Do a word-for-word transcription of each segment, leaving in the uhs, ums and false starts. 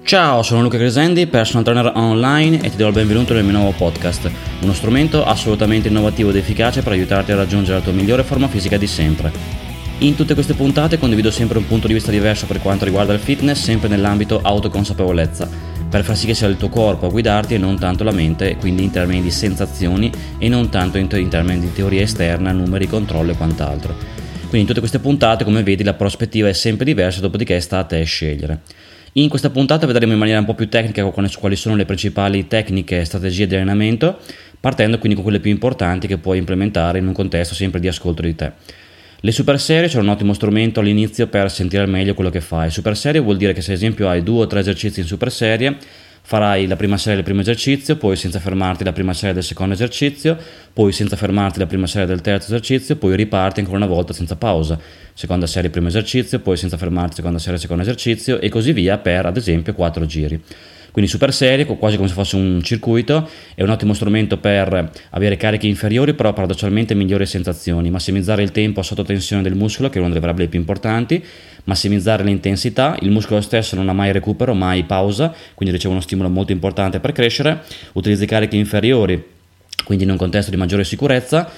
Ciao, sono Luca Cresendi, personal trainer online e ti do il benvenuto nel mio nuovo podcast, uno strumento assolutamente innovativo ed efficace per aiutarti a raggiungere la tua migliore forma fisica di sempre. In tutte queste puntate condivido sempre un punto di vista diverso per quanto riguarda il fitness, sempre nell'ambito autoconsapevolezza, per far sì che sia il tuo corpo a guidarti e non tanto la mente, quindi in termini di sensazioni e non tanto in, in termini di teoria esterna, numeri, controllo e quant'altro. Quindi in tutte queste puntate, come vedi, la prospettiva è sempre diversa, dopodiché sta a te scegliere. In questa puntata vedremo in maniera un po' più tecnica quali sono le principali tecniche e strategie di allenamento, partendo quindi con quelle più importanti che puoi implementare in un contesto sempre di ascolto di te. Le super serie sono un ottimo strumento all'inizio per sentire al meglio quello che fai. Super serie vuol dire che se ad esempio hai due o tre esercizi in super serie, farai la prima serie del primo esercizio, poi senza fermarti la prima serie del secondo esercizio, poi senza fermarti la prima serie del terzo esercizio, poi riparti ancora una volta senza pausa, seconda serie primo esercizio, poi senza fermarti seconda serie secondo esercizio e così via per ad esempio quattro giri. Quindi super serie, quasi come se fosse un circuito, è un ottimo strumento per avere cariche inferiori, però paradossalmente migliori sensazioni, massimizzare il tempo a sottotensione del muscolo, che è una delle variabili più importanti, massimizzare l'intensità, il muscolo stesso non ha mai recupero, mai pausa, quindi riceve uno stimolo molto importante per crescere, utilizzi cariche inferiori, quindi in un contesto di maggiore sicurezza,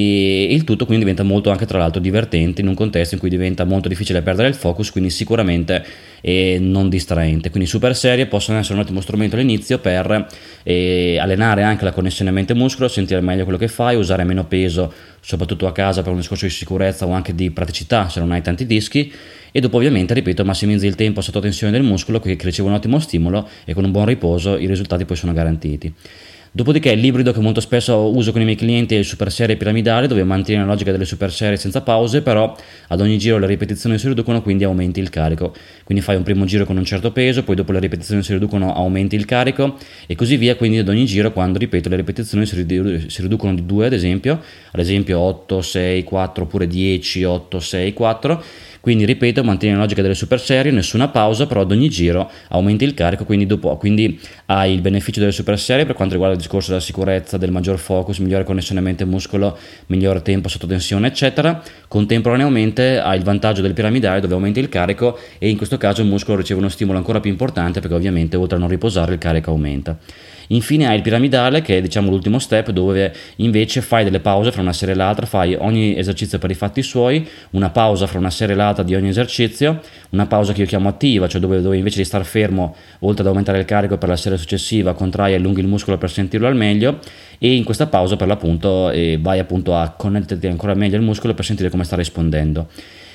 e il tutto quindi diventa molto anche tra l'altro divertente in un contesto in cui diventa molto difficile perdere il focus, quindi sicuramente eh, non distraente. Quindi super serie possono essere un ottimo strumento all'inizio per eh, allenare anche la connessione mente-muscolo, sentire meglio quello che fai, usare meno peso soprattutto a casa per un discorso di sicurezza o anche di praticità se non hai tanti dischi, e dopo ovviamente, ripeto, massimizzi il tempo sotto tensione del muscolo che riceve un ottimo stimolo e con un buon riposo i risultati poi sono garantiti. Dopodiché l'ibrido che molto spesso uso con i miei clienti è il super serie piramidale, dove mantieni la logica delle super serie senza pause, però ad ogni giro le ripetizioni si riducono, quindi aumenti il carico. Quindi fai un primo giro con un certo peso, poi dopo le ripetizioni si riducono, aumenti il carico e così via, quindi ad ogni giro, quando ripeto le ripetizioni si, ridu- si riducono di due ad esempio, ad esempio otto, sei, quattro oppure dieci, otto, sei, quattro. Quindi ripeto, mantieni la logica delle super serie, nessuna pausa, però ad ogni giro aumenti il carico, quindi, dopo, quindi hai il beneficio delle super serie per quanto riguarda il discorso della sicurezza, del maggior focus, migliore connessione mente-muscolo, migliore tempo sotto tensione, eccetera. Contemporaneamente hai il vantaggio del piramidale, dove aumenti il carico e in questo caso il muscolo riceve uno stimolo ancora più importante, perché ovviamente oltre a non riposare il carico aumenta. Infine hai il piramidale, che è diciamo l'ultimo step, dove invece fai delle pause fra una serie e l'altra, fai ogni esercizio per i fatti suoi, una pausa fra una serie e l'altra di ogni esercizio, una pausa che io chiamo attiva, cioè dove, dove invece di star fermo, oltre ad aumentare il carico per la serie successiva, contrai e allunghi il muscolo per sentirlo al meglio, e in questa pausa per l'appunto eh, vai appunto a connetterti ancora meglio al muscolo per sentire come sta rispondendo.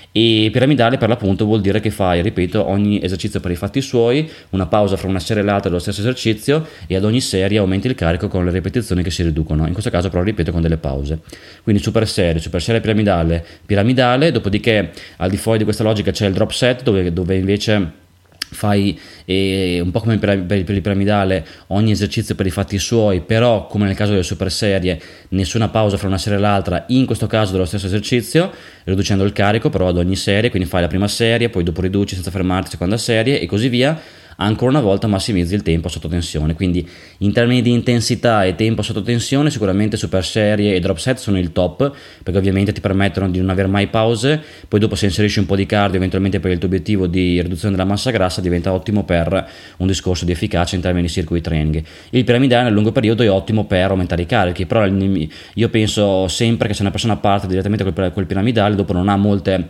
E piramidale per l'appunto vuol dire che fai, ripeto, ogni esercizio per i fatti suoi, una pausa fra una serie e l'altra dello stesso esercizio e ad ogni serie aumenti il carico con le ripetizioni che si riducono, in questo caso però ripeto con delle pause. Quindi super serie, super serie piramidale, piramidale, dopodiché al di fuori di questa logica c'è il drop set dove, dove invece fai eh, un po' come per, per il piramidale ogni esercizio per i fatti suoi, però come nel caso delle super serie nessuna pausa fra una serie e l'altra, in questo caso dello stesso esercizio, riducendo il carico però ad ogni serie, quindi fai la prima serie, poi dopo riduci senza fermarti, seconda serie e così via. Ancora una volta massimizzi il tempo sotto tensione, quindi in termini di intensità e tempo sotto tensione sicuramente super serie e drop set sono il top, perché ovviamente ti permettono di non avere mai pause. Poi dopo, se inserisci un po' di cardio eventualmente per il tuo obiettivo di riduzione della massa grassa, diventa ottimo per un discorso di efficacia in termini di circuit training. Il piramidale nel lungo periodo è ottimo per aumentare i carichi, però io penso sempre che se una persona parte direttamente col, col piramidale dopo non ha molte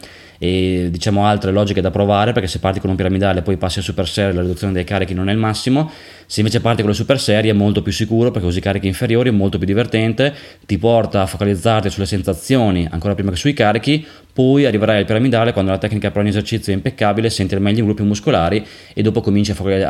e diciamo altre logiche da provare, perché se parti con un piramidale poi passi a super serie, la riduzione dei carichi non è il massimo. Se invece parti con le super serie è molto più sicuro, perché usi carichi inferiori, è molto più divertente, ti porta a focalizzarti sulle sensazioni ancora prima che sui carichi. Poi arriverai al piramidale quando la tecnica per ogni esercizio è impeccabile, senti al meglio i gruppi muscolari e dopo cominci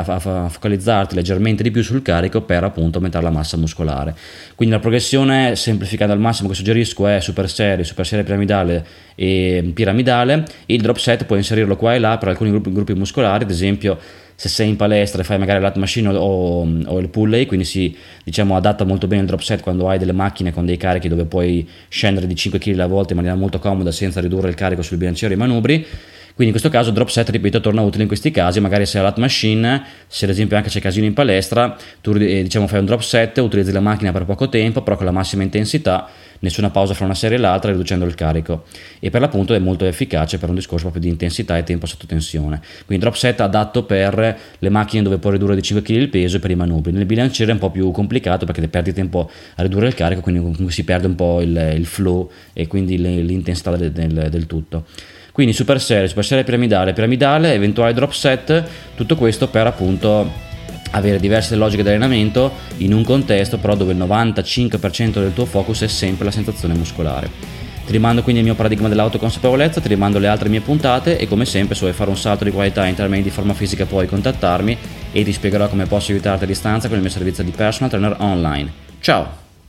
a focalizzarti leggermente di più sul carico per appunto aumentare la massa muscolare. Quindi la progressione, semplificando al massimo, che suggerisco è super serie, super serie piramidale e piramidale. Il drop set puoi inserirlo qua e là per alcuni gruppi, gruppi muscolari, ad esempio se sei in palestra e fai magari lat machine o, o il pulley, quindi si diciamo adatta molto bene il drop set quando hai delle macchine con dei carichi dove puoi scendere di cinque chili alla volta in maniera molto comoda senza ridurre il carico sul bilanciere e i manubri. Quindi in questo caso drop set, ripeto, torna utile in questi casi, magari se a lat machine, se ad esempio anche c'è casino in palestra, tu eh, diciamo fai un drop set, utilizzi la macchina per poco tempo, però con la massima intensità, nessuna pausa fra una serie e l'altra, riducendo il carico, e per l'appunto è molto efficace per un discorso proprio di intensità e tempo sotto tensione. Quindi drop set adatto per le macchine dove puoi ridurre di cinque chili il peso e per i manubri. Nel bilanciere è un po' più complicato perché perdi tempo a ridurre il carico, quindi comunque si perde un po' il, il flow e quindi le, l'intensità del, del, del tutto. Quindi super serie, super serie piramidale, piramidale, eventuale drop set, tutto questo per appunto avere diverse logiche di allenamento in un contesto però dove il novantacinque per cento del tuo focus è sempre la sensazione muscolare. Ti rimando quindi il mio paradigma dell'autoconsapevolezza, ti rimando le altre mie puntate e come sempre se vuoi fare un salto di qualità in termini di forma fisica puoi contattarmi e ti spiegherò come posso aiutarti a distanza con il mio servizio di personal trainer online. Ciao!